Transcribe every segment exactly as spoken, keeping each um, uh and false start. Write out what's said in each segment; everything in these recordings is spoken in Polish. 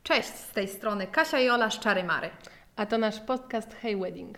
Cześć, z tej strony Kasia i Ola z Czary Mary. A to nasz podcast Hey Wedding.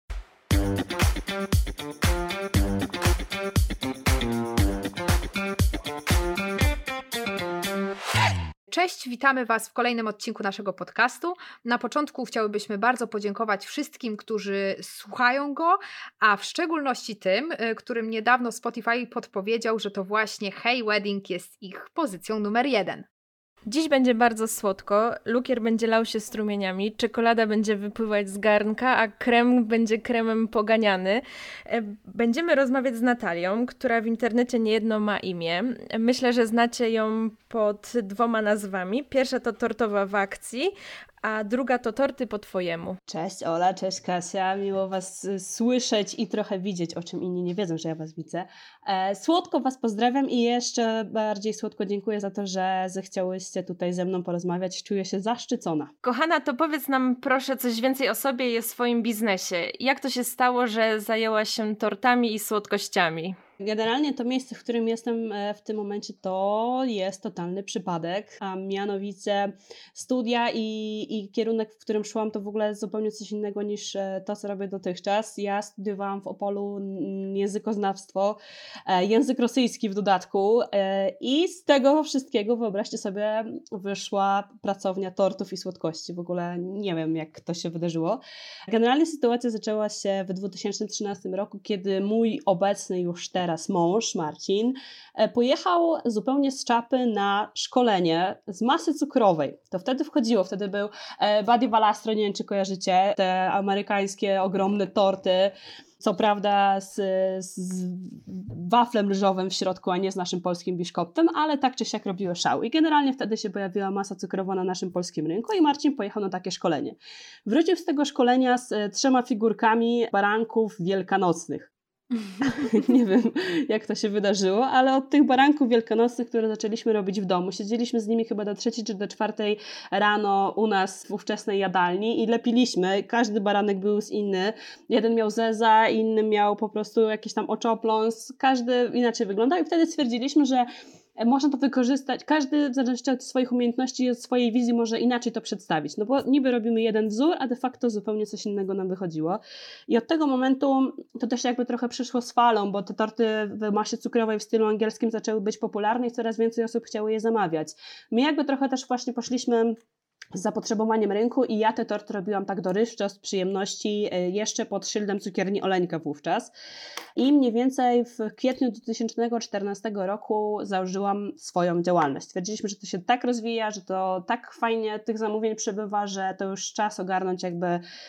Cześć, witamy Was w kolejnym odcinku naszego podcastu. Na początku chciałybyśmy bardzo podziękować wszystkim, którzy słuchają go, a w szczególności tym, którym niedawno Spotify podpowiedział, że to właśnie Hey Wedding jest ich pozycją numer jeden. Dziś będzie bardzo słodko, lukier będzie lał się strumieniami, czekolada będzie wypływać z garnka, a krem będzie kremem poganiany. Będziemy rozmawiać z Natalią, która w internecie niejedno ma imię. Myślę, że znacie ją pod dwoma nazwami. Pierwsza to Tortowa w akcji, a druga to Torty po twojemu. Cześć Ola, cześć Kasia, miło Was słyszeć i trochę widzieć, o czym inni nie wiedzą, że ja Was widzę. E, słodko Was pozdrawiam i jeszcze bardziej słodko dziękuję za to, że zechciałyście tutaj ze mną porozmawiać. Czuję się zaszczycona. Kochana, to powiedz nam proszę coś więcej o sobie i o swoim biznesie. Jak to się stało, że zajęłaś się tortami i słodkościami? Generalnie to miejsce, w którym jestem w tym momencie, to jest totalny przypadek, a mianowicie studia i, i kierunek, w którym szłam, to w ogóle zupełnie coś innego niż to, co robię dotychczas. Ja studiowałam w Opolu językoznawstwo, język rosyjski w dodatku i z tego wszystkiego, wyobraźcie sobie, wyszła pracownia tortów i słodkości. W ogóle nie wiem, jak to się wydarzyło. Generalnie sytuacja zaczęła się w dwa tysiące trzynastym roku, kiedy mój obecny już teraz teraz mąż, Marcin, pojechał zupełnie z czapy na szkolenie z masy cukrowej. To wtedy wchodziło, wtedy był Badi Valastro, nie wiem czy kojarzycie, te amerykańskie ogromne torty, co prawda z, z waflem ryżowym w środku, a nie z naszym polskim biszkoptem, ale tak czy siak robiły szał. I generalnie wtedy się pojawiła masa cukrowa na naszym polskim rynku i Marcin pojechał na takie szkolenie. Wrócił z tego szkolenia z trzema figurkami baranków wielkanocnych. Nie wiem, jak to się wydarzyło, ale od tych baranków wielkanocnych, które zaczęliśmy robić w domu, siedzieliśmy z nimi chyba do trzeciej czy do czwartej rano u nas w ówczesnej jadalni i lepiliśmy. Każdy baranek był z inny. Jeden miał zeza, inny miał po prostu jakiś tam oczopląs. Każdy inaczej wyglądał i wtedy stwierdziliśmy, że można to wykorzystać, każdy w zależności od swoich umiejętności i od swojej wizji może inaczej to przedstawić, no bo niby robimy jeden wzór, a de facto zupełnie coś innego nam wychodziło i od tego momentu to też jakby trochę przyszło z falą, bo te torty w masie cukrowej w stylu angielskim zaczęły być popularne i coraz więcej osób chciało je zamawiać. My jakby trochę też właśnie poszliśmy z zapotrzebowaniem rynku i ja te torty robiłam tak dorywczo, z przyjemności, jeszcze pod szyldem cukierni Oleńka wówczas. I mniej więcej w kwietniu dwa tysiące czternastego roku założyłam swoją działalność. Stwierdziliśmy, że to się tak rozwija, że to tak fajnie tych zamówień przybywa, że to już czas ogarnąć jakby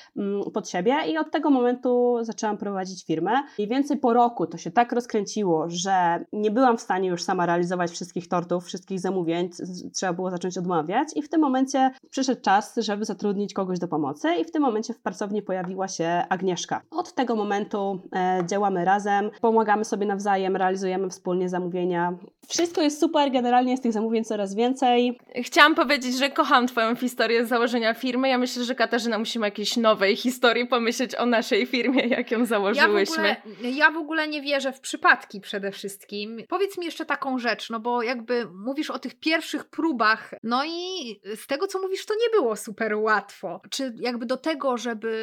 pod siebie i od tego momentu zaczęłam prowadzić firmę. Mniej więcej po roku to się tak rozkręciło, że nie byłam w stanie już sama realizować wszystkich tortów, wszystkich zamówień, trzeba było zacząć odmawiać i w tym momencie przyszedł czas, żeby zatrudnić kogoś do pomocy i w tym momencie w pracowni pojawiła się Agnieszka. Od tego momentu e, działamy razem, pomagamy sobie nawzajem, realizujemy wspólnie zamówienia. Wszystko jest super, generalnie jest tych zamówień coraz więcej. Chciałam powiedzieć, że kocham Twoją historię założenia firmy. Ja myślę, że Katarzyna musimy jakiejś nowej historii pomyśleć o naszej firmie, jak ją założyłyśmy. Ja w ogóle, ja w ogóle nie wierzę w przypadki przede wszystkim. Powiedz mi jeszcze taką rzecz, no bo jakby mówisz o tych pierwszych próbach, no i z tego, co mówisz, to nie było super łatwo. Czy jakby do tego,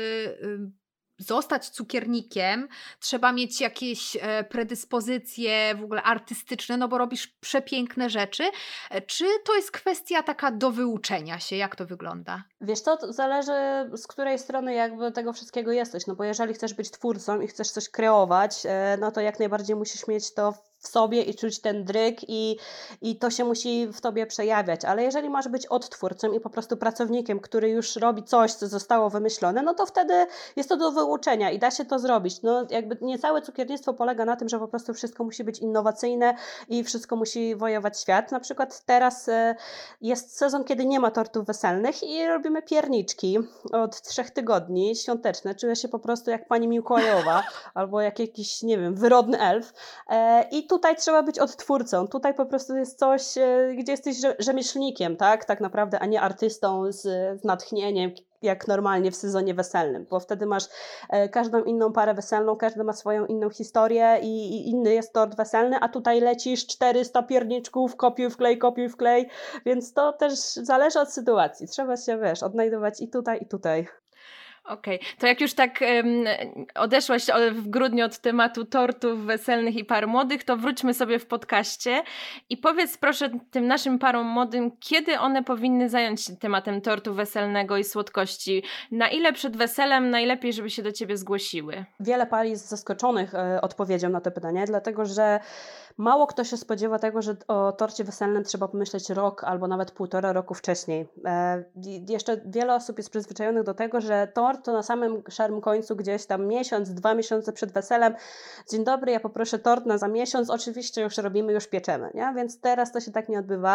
żeby zostać cukiernikiem, trzeba mieć jakieś predyspozycje w ogóle artystyczne, no bo robisz przepiękne rzeczy. Czy to jest kwestia taka do wyuczenia się? Jak to wygląda? Wiesz co, to zależy z której strony jakby tego wszystkiego jesteś, no bo jeżeli chcesz być twórcą i chcesz coś kreować, no to jak najbardziej musisz mieć to w sobie i czuć ten dryg i, i to się musi w tobie przejawiać, ale jeżeli masz być odtwórcą i po prostu pracownikiem, który już robi coś, co zostało wymyślone, no to wtedy jest to do wyuczenia i da się to zrobić. No jakby nie całe cukiernictwo polega na tym, że po prostu wszystko musi być innowacyjne i wszystko musi wojować świat. Na przykład teraz jest sezon, kiedy nie ma tortów weselnych i robimy pierniczki od trzech tygodni, świąteczne. Czuję się po prostu jak pani Mikołajowa albo jak jakiś, nie wiem, wyrodny elf i tutaj trzeba być odtwórcą. Tutaj po prostu jest coś, gdzie jesteś rzemieślnikiem, tak? Tak naprawdę, a nie artystą z, z natchnieniem, jak normalnie w sezonie weselnym, bo wtedy masz e, każdą inną parę weselną, każdy ma swoją inną historię i, i inny jest tort weselny, a tutaj lecisz czterysta pierniczków, kopiuj wklej, kopiuj wklej, więc to też zależy od sytuacji. Trzeba się, wiesz, odnajdować i tutaj, i tutaj. Okej, okay. To jak już tak um, odeszłaś w grudniu od tematu tortów weselnych i par młodych, to wróćmy sobie w podcaście i powiedz proszę tym naszym parom młodym, kiedy one powinny zająć się tematem tortu weselnego i słodkości? Na ile przed weselem najlepiej, żeby się do ciebie zgłosiły? Wiele par jest zaskoczonych e, odpowiedzią na to pytanie, dlatego że mało kto się spodziewa tego, że o torcie weselnym trzeba pomyśleć rok albo nawet półtora roku wcześniej. E, jeszcze wiele osób jest przyzwyczajonych do tego, że tort to na samym szarym końcu gdzieś tam miesiąc, dwa miesiące przed weselem. Dzień dobry, ja poproszę tort na za miesiąc, oczywiście już robimy, już pieczemy, nie? Więc teraz to się tak nie odbywa.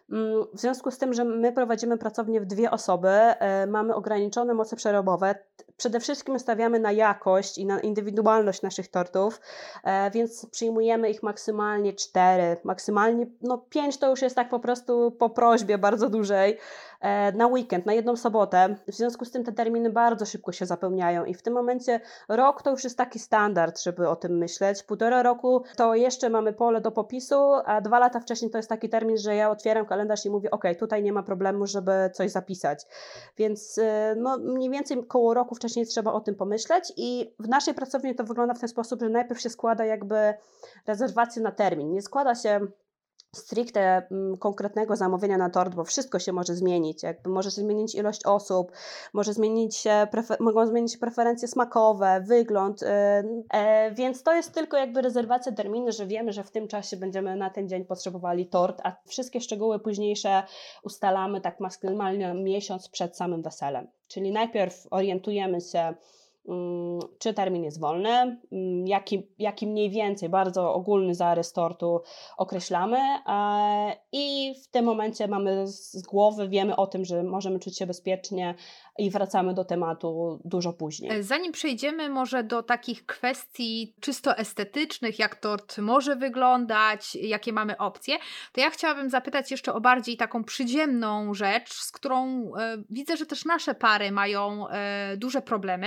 W związku z tym, że my prowadzimy pracownię w dwie osoby, e, mamy ograniczone moce przerobowe, przede wszystkim stawiamy na jakość i na indywidualność naszych tortów, e, więc przyjmujemy ich maksymalnie cztery, maksymalnie no pięć to już jest tak po prostu po prośbie bardzo dużej, e, na weekend, na jedną sobotę. W związku z tym te terminy bardzo szybko się zapełniają i w tym momencie rok to już jest taki standard, żeby o tym myśleć. Półtora roku to jeszcze mamy pole do popisu, a dwa lata wcześniej to jest taki termin, że ja otwieram kalendarz i mówię, ok, tutaj nie ma problemu, żeby coś zapisać. Więc e, no mniej więcej koło roku wcześniej trzeba o tym pomyśleć i w naszej pracowni to wygląda w ten sposób, że najpierw się składa jakby rezerwację na termin. Nie składa się stricte m, konkretnego zamówienia na tort, bo wszystko się może zmienić. Jakby może się zmienić ilość osób, może zmienić się prefer- mogą zmienić się preferencje smakowe, wygląd, yy, yy, więc to jest tylko jakby rezerwacja terminu, że wiemy, że w tym czasie będziemy na ten dzień potrzebowali tort, a wszystkie szczegóły późniejsze ustalamy tak maksymalnie miesiąc przed samym weselem. Czyli najpierw orientujemy się, czy termin jest wolny, jaki, jaki mniej więcej, bardzo ogólny zarys tortu określamy i w tym momencie mamy z głowy, wiemy o tym, że możemy czuć się bezpiecznie i wracamy do tematu dużo później. Zanim przejdziemy może do takich kwestii czysto estetycznych, jak tort może wyglądać, jakie mamy opcje, to ja chciałabym zapytać jeszcze o bardziej taką przyziemną rzecz, z którą e, widzę, że też nasze pary mają e, duże problemy,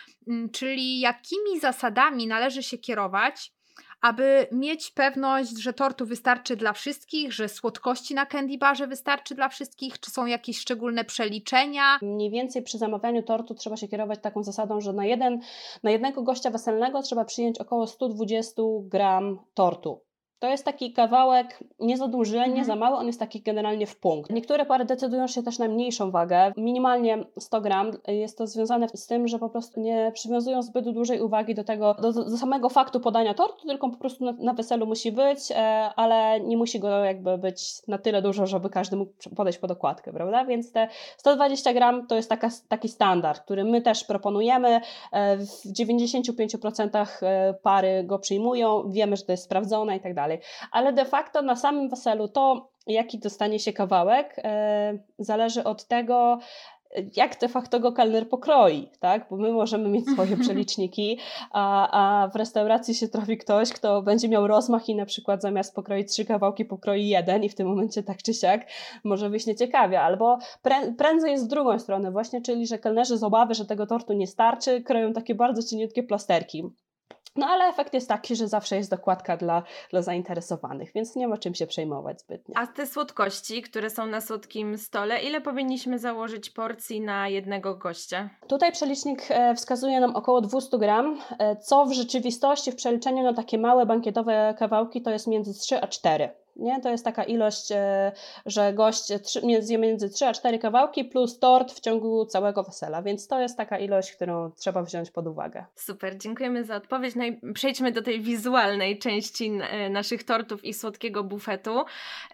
czyli jakimi zasadami należy się kierować, aby mieć pewność, że tortu wystarczy dla wszystkich, że słodkości na candy barze wystarczy dla wszystkich, czy są jakieś szczególne przeliczenia? Mniej więcej przy zamawianiu tortu trzeba się kierować taką zasadą, że na, jeden, na jednego gościa weselnego trzeba przyjąć około sto dwadzieścia gram tortu. To jest taki kawałek nie za duży, nie mhm. za mały, on jest taki generalnie w punkt. Niektóre pary decydują się też na mniejszą wagę, minimalnie sto gram. Jest to związane z tym, że po prostu nie przywiązują zbyt dużej uwagi do tego, do, do samego faktu podania tortu, tylko po prostu na, na weselu musi być, e, ale nie musi go jakby być na tyle dużo, żeby każdy mógł podejść pod okładkę, prawda? Więc te sto dwadzieścia gram to jest taka, taki standard, który my też proponujemy. E, w dziewięćdziesiąt pięć procent pary go przyjmują, wiemy, że to jest sprawdzone i tak dalej. Ale de facto na samym weselu to, jaki dostanie się kawałek, e, zależy od tego, jak de facto go kelner pokroi, tak? Bo my możemy mieć swoje przeliczniki, a, a w restauracji się trafi ktoś, kto będzie miał rozmach i na przykład zamiast pokroić trzy kawałki pokroi jeden i w tym momencie tak czy siak może wyjść nieciekawie, albo prę, prędzej jest w drugą stronę właśnie, czyli że kelnerzy z obawy, że tego tortu nie starczy, kroją takie bardzo cieniutkie plasterki. No ale efekt jest taki, że zawsze jest dokładka dla, dla zainteresowanych, więc nie ma czym się przejmować zbytnio. A te słodkości, które są na słodkim stole, ile powinniśmy założyć porcji na jednego gościa? Tutaj przelicznik wskazuje nam około dwieście gram, co w rzeczywistości w przeliczeniu na takie małe bankietowe kawałki to jest między trzy a cztery. Nie? To jest taka ilość, że gość zje między trzy a cztery kawałki plus tort w ciągu całego wesela, więc to jest taka ilość, którą trzeba wziąć pod uwagę. Super, dziękujemy za odpowiedź. No i przejdźmy do tej wizualnej części naszych tortów i słodkiego bufetu.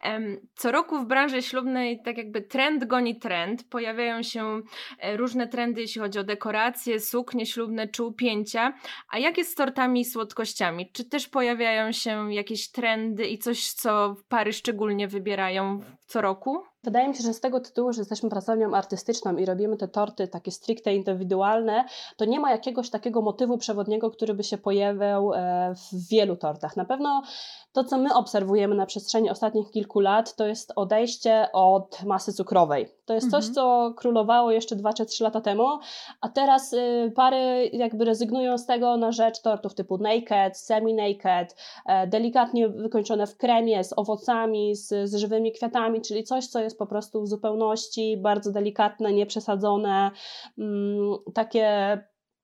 Co roku w branży ślubnej tak jakby trend goni trend. Pojawiają się różne trendy, jeśli chodzi o dekoracje, suknie ślubne czy upięcia. A jak jest z tortami i słodkościami? Czy też pojawiają się jakieś trendy i coś, co pary szczególnie wybierają co roku? Wydaje mi się, że z tego tytułu, że jesteśmy pracownią artystyczną i robimy te torty takie stricte indywidualne, to nie ma jakiegoś takiego motywu przewodniego, który by się pojawiał w wielu tortach. Na pewno to, co my obserwujemy na przestrzeni ostatnich kilku lat, to jest odejście od masy cukrowej. To jest coś, mhm. co królowało jeszcze dwa czy trzy lata temu, a teraz y, pary jakby rezygnują z tego na rzecz tortów typu naked, semi-naked, e, delikatnie wykończone w kremie, z owocami, z, z żywymi kwiatami, czyli coś, co jest po prostu w zupełności bardzo delikatne, nieprzesadzone, mm, takie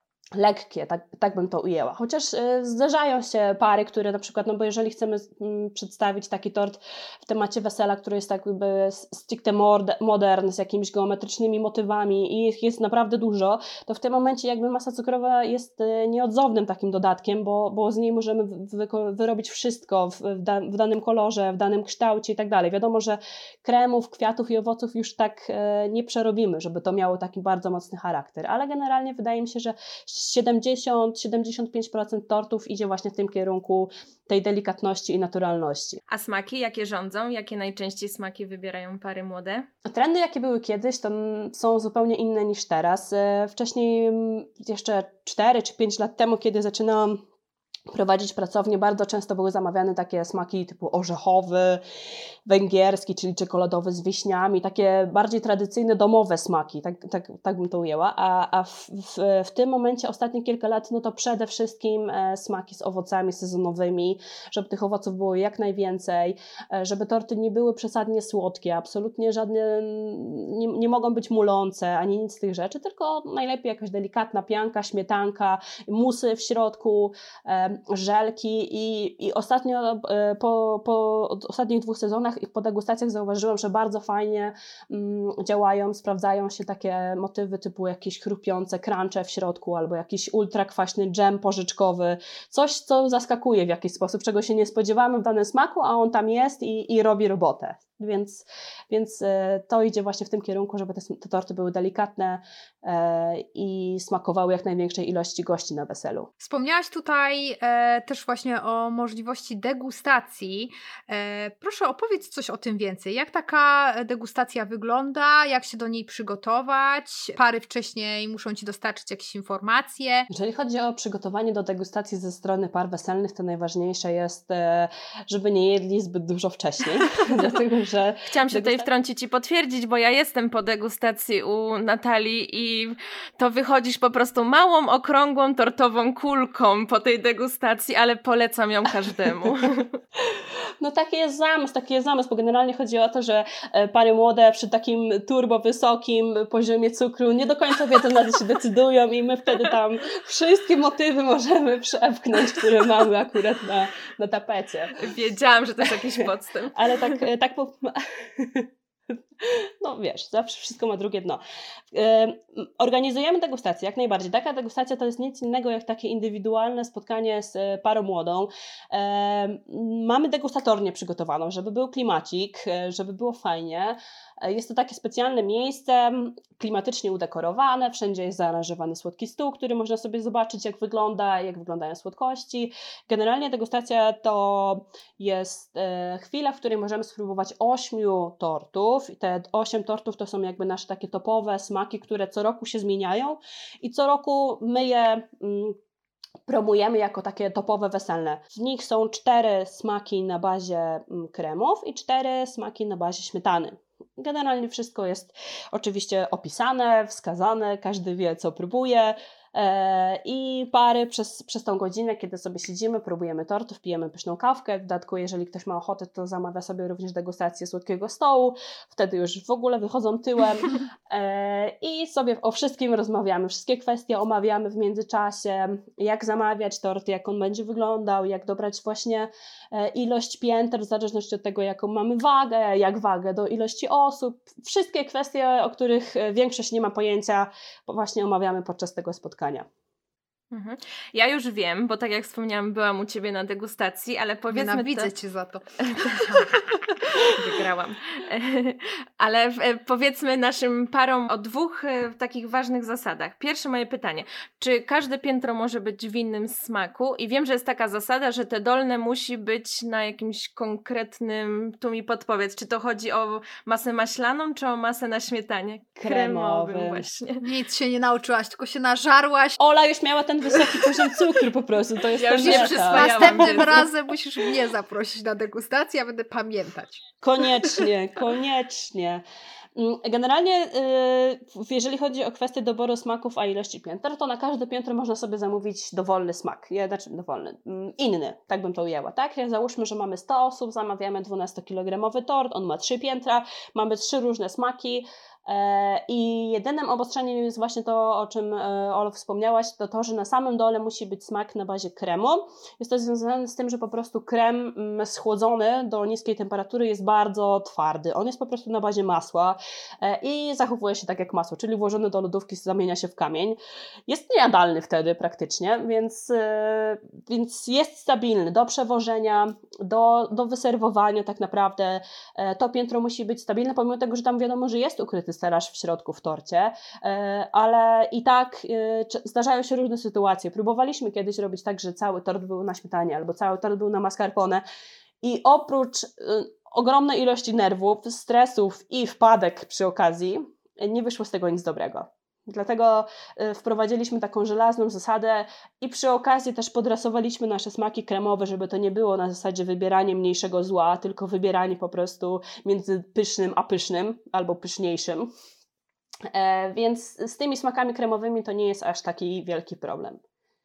lekkie, tak, tak bym to ujęła. Chociaż y, zdarzają się pary, które na przykład, no bo jeżeli chcemy y, przedstawić taki tort w temacie wesela, który jest tak jakby stricte modern, z jakimiś geometrycznymi motywami i ich jest naprawdę dużo, to w tym momencie jakby masa cukrowa jest y, nieodzownym takim dodatkiem, bo, bo z niej możemy wy, wyrobić wszystko w, w, da, w danym kolorze, w danym kształcie i tak dalej. Wiadomo, że kremów, kwiatów i owoców już tak y, nie przerobimy, żeby to miało taki bardzo mocny charakter, ale generalnie wydaje mi się, że siedemdziesiąt do siedemdziesięciu pięciu procent tortów idzie właśnie w tym kierunku tej delikatności i naturalności. A smaki jakie rządzą? Jakie najczęściej smaki wybierają pary młode? Trendy, jakie były kiedyś, to są zupełnie inne niż teraz. Wcześniej, jeszcze cztery czy pięć lat temu, kiedy zaczynałam prowadzić pracownię, bardzo często były zamawiane takie smaki typu orzechowy, węgierski, czyli czekoladowy z wiśniami, takie bardziej tradycyjne, domowe smaki, tak, tak, tak bym to ujęła, a, a w, w, w tym momencie ostatnie kilka lat, no to przede wszystkim e, smaki z owocami sezonowymi, żeby tych owoców było jak najwięcej, e, żeby torty nie były przesadnie słodkie, absolutnie żadne, nie, nie mogą być mulące, ani nic z tych rzeczy, tylko najlepiej jakaś delikatna pianka, śmietanka, musy w środku, e, żelki i, i ostatnio po, po ostatnich dwóch sezonach i po degustacjach zauważyłam, że bardzo fajnie mm, działają, sprawdzają się takie motywy typu jakieś chrupiące crunche w środku albo jakiś ultra kwaśny dżem porzeczkowy, coś co zaskakuje w jakiś sposób, czego się nie spodziewamy w danym smaku, a on tam jest i, i robi robotę. Więc, więc to idzie właśnie w tym kierunku, żeby te, te torty były delikatne e, i smakowały jak największej ilości gości na weselu. Wspomniałaś tutaj e, też właśnie o możliwości degustacji. E, proszę opowiedz coś o tym więcej. Jak taka degustacja wygląda? Jak się do niej przygotować? Pary wcześniej muszą Ci dostarczyć jakieś informacje? Jeżeli chodzi o przygotowanie do degustacji ze strony par weselnych, to najważniejsze jest, e, żeby nie jedli zbyt dużo wcześniej, dlatego że chciałam się tutaj wtrącić i potwierdzić, bo ja jestem po degustacji u Natalii i to wychodzisz po prostu małą, okrągłą, tortową kulką po tej degustacji, ale polecam ją każdemu. No taki jest zamysł, taki jest zamysł, bo generalnie chodzi o to, że panie młode przy takim turbo wysokim poziomie cukru nie do końca wiedzą, na co się decydują i my wtedy tam wszystkie motywy możemy przepchnąć, które mamy akurat na, na tapecie. Wiedziałam, że to jest jakiś podstęp. Ale tak, tak po... No wiesz, zawsze wszystko ma drugie dno. Organizujemy degustację, jak najbardziej. Taka degustacja to jest nic innego jak takie indywidualne spotkanie z parą młodą. Mamy degustatornię przygotowaną, żeby był klimacik, żeby było fajnie. Jest to takie specjalne miejsce, klimatycznie udekorowane, wszędzie jest zaaranżowany słodki stół, który można sobie zobaczyć, jak wygląda, jak wyglądają słodkości. Generalnie degustacja to jest chwila, w której możemy spróbować ośmiu tortów. I te osiem tortów to są jakby nasze takie topowe smaki, które co roku się zmieniają i co roku my je promujemy jako takie topowe weselne. W nich są cztery smaki na bazie kremów i cztery smaki na bazie śmietany. Generalnie wszystko jest oczywiście opisane, wskazane, każdy wie, co próbuje. I pary przez, przez tą godzinę, kiedy sobie siedzimy, próbujemy tortów, pijemy pyszną kawkę. W dodatku, jeżeli ktoś ma ochotę, to zamawia sobie również degustację słodkiego stołu. Wtedy już w ogóle wychodzą tyłem i sobie o wszystkim rozmawiamy. Wszystkie kwestie omawiamy w międzyczasie. Jak zamawiać tort, jak on będzie wyglądał, jak dobrać właśnie ilość pięter w zależności od tego, jaką mamy wagę, jak wagę do ilości osób. Wszystkie kwestie, o których większość nie ma pojęcia, właśnie omawiamy podczas tego spotkania. Mhm. Ja już wiem, bo tak jak wspomniałam, byłam u Ciebie na degustacji, ale powiedzmy... Nienawidzę to... Cię za to. Wygrałam. Ale powiedzmy naszym parom o dwóch takich ważnych zasadach. Pierwsze moje pytanie. Czy każde piętro może być w innym smaku? I wiem, że jest taka zasada, że te dolne musi być na jakimś konkretnym... Tu mi podpowiedz, czy to chodzi o masę maślaną, czy o masę na śmietanie? Kremowym. Kremowym właśnie. Nic się nie nauczyłaś, tylko się nażarłaś. Ola już miała ten wysoki poziom cukru po prostu, to jest Ja już ten nie etap. przyswajałam. Następnym więc- razem musisz mnie zaprosić na degustację, ja będę pamiętać. Koniecznie, koniecznie. Generalnie, yy, jeżeli chodzi o kwestię doboru smaków, a ilości pięter, to na każde piętro można sobie zamówić dowolny smak. Ja, znaczy dowolny, inny, tak bym to ujęła, tak? Ja załóżmy, że mamy sto osób, zamawiamy dwunastokilogramowy tort, on ma trzy piętra, mamy trzy różne smaki. I jedynym obostrzeniem jest właśnie to, o czym Olu wspomniałaś, to to, że na samym dole musi być smak na bazie kremu. Jest to związane z tym, że po prostu krem schłodzony do niskiej temperatury jest bardzo twardy. On jest po prostu na bazie masła i zachowuje się tak jak masło, czyli włożony do lodówki zamienia się w kamień. Jest niejadalny wtedy praktycznie, więc, więc jest stabilny do przewożenia, do, do wyserwowania tak naprawdę. To piętro musi być stabilne, pomimo tego, że tam wiadomo, że jest ukryty stelaż w środku w torcie, ale i tak zdarzają się różne sytuacje. Próbowaliśmy kiedyś robić tak, że cały tort był na śmietanie albo cały tort był na mascarpone i oprócz ogromnej ilości nerwów, stresów i wpadek przy okazji, nie wyszło z tego nic dobrego. Dlatego wprowadziliśmy taką żelazną zasadę i przy okazji też podrasowaliśmy nasze smaki kremowe, żeby to nie było na zasadzie wybieranie mniejszego zła, tylko wybieranie po prostu między pysznym a pysznym albo pyszniejszym. E, więc z tymi smakami kremowymi to nie jest aż taki wielki problem.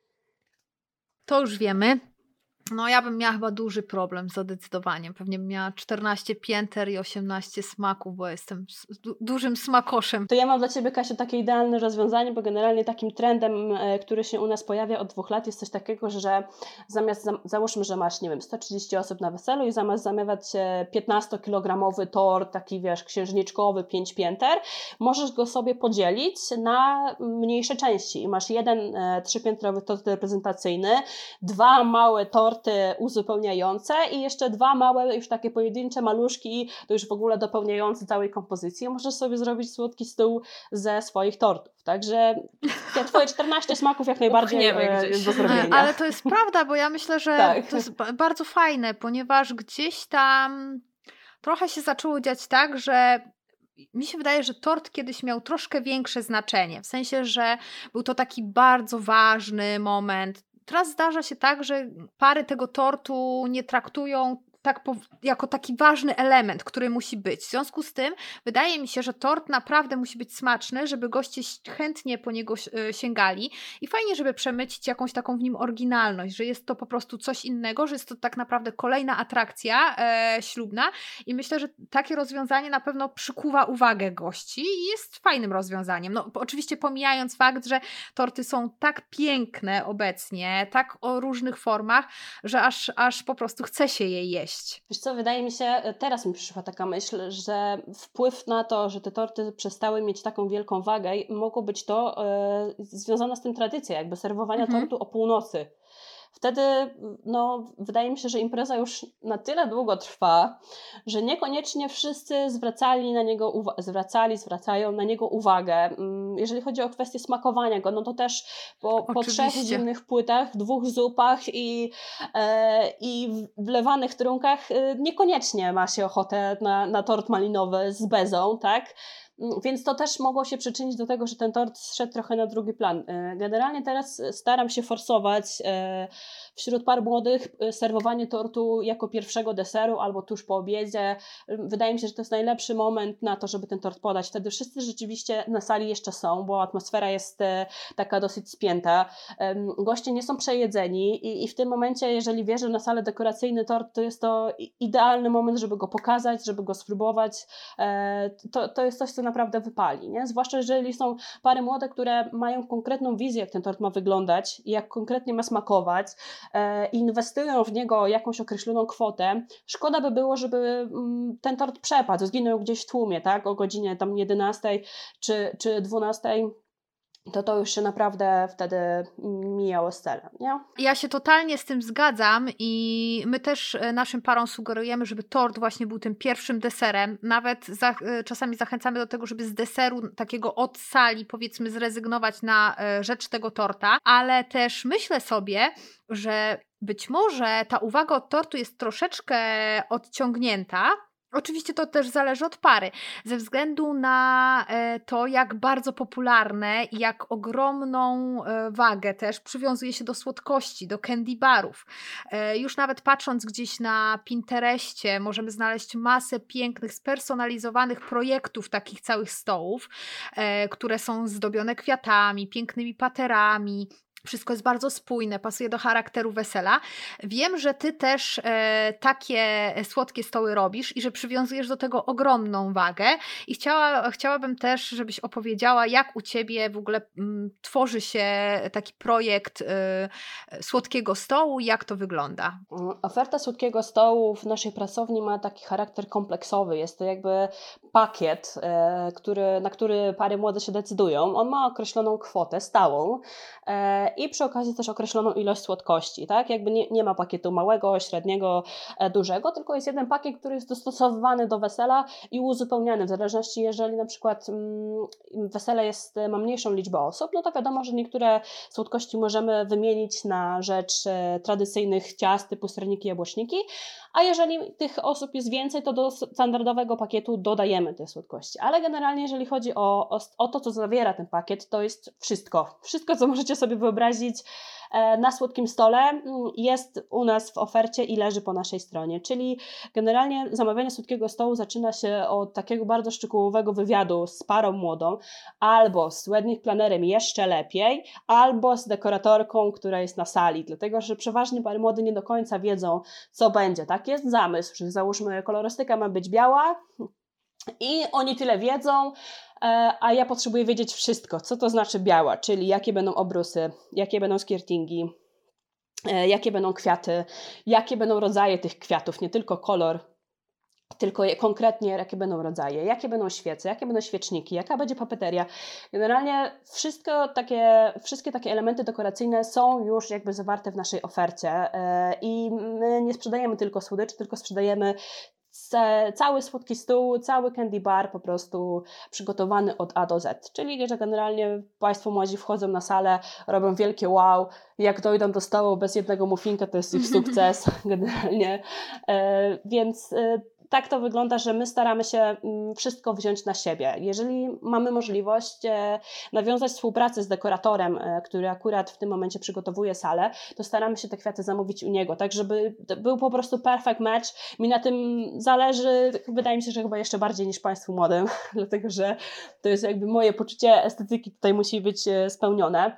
To już wiemy. No ja bym miała chyba duży problem z zdecydowaniem. Pewnie bym miała czternaście pięter i osiemnaście smaków, bo jestem du- dużym smakoszem. To ja mam dla Ciebie, Kasiu, takie idealne rozwiązanie, bo generalnie takim trendem, e, który się u nas pojawia od dwóch lat, jest coś takiego, że zamiast, za, załóżmy, że masz, nie wiem, sto trzydzieści osób na weselu i zamiast zamawiać piętnastokilogramowy tort, taki wiesz, księżniczkowy, pięć pięter, możesz go sobie podzielić na mniejsze części i masz jeden e, trzypiętrowy tort reprezentacyjny, dwa małe torty uzupełniające i jeszcze dwa małe, już takie pojedyncze maluszki, to już w ogóle dopełniające całej kompozycji. Możesz sobie zrobić słodki stół ze swoich tortów. Także te Twoje czternaście smaków jak najbardziej e, jest do zrobienia. Ale to jest prawda, bo ja myślę, że Tak. to jest ba- bardzo fajne, ponieważ gdzieś tam trochę się zaczęło dziać tak, że mi się wydaje, że tort kiedyś miał troszkę większe znaczenie, w sensie, że był to taki bardzo ważny moment. Teraz zdarza się tak, że pary tego tortu nie traktują tak po, jako taki ważny element, który musi być. W związku z tym wydaje mi się, że tort naprawdę musi być smaczny, żeby goście chętnie po niego sięgali i fajnie, żeby przemycić jakąś taką w nim oryginalność, że jest to po prostu coś innego, że jest to tak naprawdę kolejna atrakcja e, ślubna i myślę, że takie rozwiązanie na pewno przykuwa uwagę gości i jest fajnym rozwiązaniem. No oczywiście pomijając fakt, że torty są tak piękne obecnie, tak o różnych formach, że aż, aż po prostu chce się je jeść. Wiesz co, wydaje mi się, teraz mi przyszła taka myśl, że wpływ na to, że te torty przestały mieć taką wielką wagę, mogło być to e, związana z tym tradycja, jakby serwowania mhm. tortu o północy. Wtedy, no, wydaje mi się, że impreza już na tyle długo trwa, że niekoniecznie wszyscy zwracali na niego, uwa- zwracali, zwracają na niego uwagę. Jeżeli chodzi o kwestię smakowania go, no to też po, po trzech zimnych płytach, dwóch zupach i, e, i wlewanych trunkach e, niekoniecznie ma się ochotę na, na tort malinowy z bezą, tak? Więc to też mogło się przyczynić do tego, że ten tort zszedł trochę na drugi plan. Generalnie teraz staram się forsować wśród par młodych serwowanie tortu jako pierwszego deseru albo tuż po obiedzie. Wydaje mi się, że to jest najlepszy moment na to, żeby ten tort podać. Wtedy wszyscy rzeczywiście na sali jeszcze są, bo atmosfera jest taka dosyć spięta. Goście nie są przejedzeni i, i w tym momencie, jeżeli wierzę na salę dekoracyjny tort, to jest to idealny moment, żeby go pokazać, żeby go spróbować. To, to jest coś, co naprawdę wypali, nie? Zwłaszcza jeżeli są pary młode, które mają konkretną wizję, jak ten tort ma wyglądać i jak konkretnie ma smakować, e, inwestują w niego jakąś określoną kwotę. Szkoda by było, żeby mm, ten tort przepadł, zginął gdzieś w tłumie, tak? O godzinie tam jedenastej czy, czy dwunastej. to to już się naprawdę wtedy mijało z celem, nie? Ja się totalnie z tym zgadzam i my też naszym parom sugerujemy, żeby tort właśnie był tym pierwszym deserem. Nawet za, czasami zachęcamy do tego, żeby z deseru takiego od sali powiedzmy zrezygnować na rzecz tego torta, ale też myślę sobie, że być może ta uwaga od tortu jest troszeczkę odciągnięta. Oczywiście to też zależy od pary, ze względu na to, jak bardzo popularne i jak ogromną wagę też przywiązuje się do słodkości, do candy barów. Już nawet patrząc gdzieś na Pinterestie możemy znaleźć masę pięknych, spersonalizowanych projektów takich całych stołów, które są zdobione kwiatami, pięknymi paterami. Wszystko jest bardzo spójne, pasuje do charakteru wesela. Wiem, że Ty też e, takie słodkie stoły robisz i że przywiązujesz do tego ogromną wagę i chciała, chciałabym też, żebyś opowiedziała, jak u Ciebie w ogóle m, tworzy się taki projekt e, słodkiego stołu i jak to wygląda. Oferta słodkiego stołu w naszej pracowni ma taki charakter kompleksowy. Jest to jakby pakiet, e, który, na który pary młode się decydują. On ma określoną kwotę stałą, e, i przy okazji też określoną ilość słodkości, tak? Jakby nie, nie ma pakietu małego, średniego, dużego, tylko jest jeden pakiet, który jest dostosowany do wesela i uzupełniany w zależności, jeżeli na przykład mm, wesele jest, ma mniejszą liczbę osób, no to wiadomo, że niektóre słodkości możemy wymienić na rzecz e, tradycyjnych ciast typu serniki, jabłeczniki, a jeżeli tych osób jest więcej, to do standardowego pakietu dodajemy te słodkości. Ale generalnie, jeżeli chodzi o, o, o to, co zawiera ten pakiet, to jest wszystko. Wszystko, co możecie sobie wyobrazić e, na słodkim stole, jest u nas w ofercie i leży po naszej stronie. Czyli generalnie zamawianie słodkiego stołu zaczyna się od takiego bardzo szczegółowego wywiadu z parą młodą, albo z wedding planerem jeszcze lepiej, albo z dekoratorką, która jest na sali, dlatego że przeważnie pary młode nie do końca wiedzą, co będzie, tak? Jest zamysł, że załóżmy kolorystyka ma być biała i oni tyle wiedzą, a ja potrzebuję wiedzieć wszystko, co to znaczy biała, czyli jakie będą obrusy, jakie będą skirtingi, jakie będą kwiaty, jakie będą rodzaje tych kwiatów, nie tylko kolor, tylko konkretnie jakie będą rodzaje, jakie będą świece, jakie będą świeczniki, jaka będzie papeteria. Generalnie wszystko takie, wszystkie takie elementy dekoracyjne są już jakby zawarte w naszej ofercie i my nie sprzedajemy tylko słodyczy, tylko sprzedajemy cały słodki stół, cały candy bar po prostu przygotowany od A do Z. Czyli że generalnie Państwo młodzi wchodzą na salę, robią wielkie wow, jak dojdą do stołu bez jednego muffinka, to jest ich sukces generalnie. E, więc e, tak to wygląda, że my staramy się wszystko wziąć na siebie. Jeżeli mamy możliwość e, nawiązać współpracę z dekoratorem, e, który akurat w tym momencie przygotowuje salę, to staramy się te kwiaty zamówić u niego, tak żeby był po prostu perfect match. Mi na tym zależy, wydaje mi się, że chyba jeszcze bardziej niż Państwu młodym, dlatego że to jest jakby moje poczucie estetyki tutaj musi być spełnione.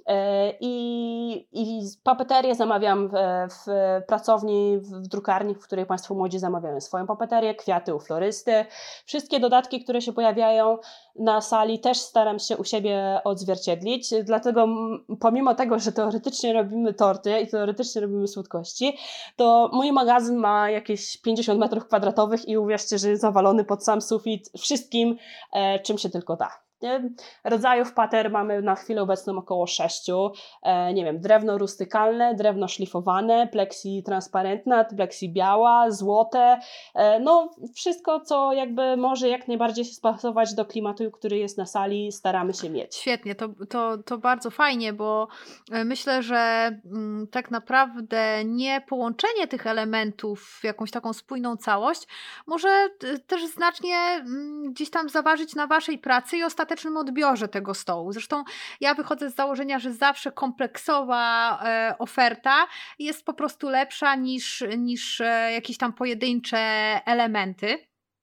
I, i papeterię zamawiam w, w pracowni, w drukarni, w której Państwo młodzi zamawiają swoją papeterię, kwiaty u florysty. Wszystkie dodatki, które się pojawiają na sali, też staram się u siebie odzwierciedlić, dlatego pomimo tego, że teoretycznie robimy torty i teoretycznie robimy słodkości, to mój magazyn ma jakieś pięćdziesiąt metrów kwadratowych i uwierzcie, że jest zawalony pod sam sufit wszystkim, e, czym się tylko da. Rodzajów pater mamy na chwilę obecną około sześciu, e, nie wiem, drewno rustykalne, drewno szlifowane, pleksji transparentna, pleksji biała, złote, e, no wszystko, co jakby może jak najbardziej się spasować do klimatu, który jest na sali, staramy się mieć. Świetnie, to, to, to bardzo fajnie, bo myślę, że m, tak naprawdę nie połączenie tych elementów w jakąś taką spójną całość może też znacznie m, gdzieś tam zaważyć na Waszej pracy i ostatecznie odbiorze tego stołu. Zresztą ja wychodzę z założenia, że zawsze kompleksowa e, oferta jest po prostu lepsza niż, niż e, jakieś tam pojedyncze elementy.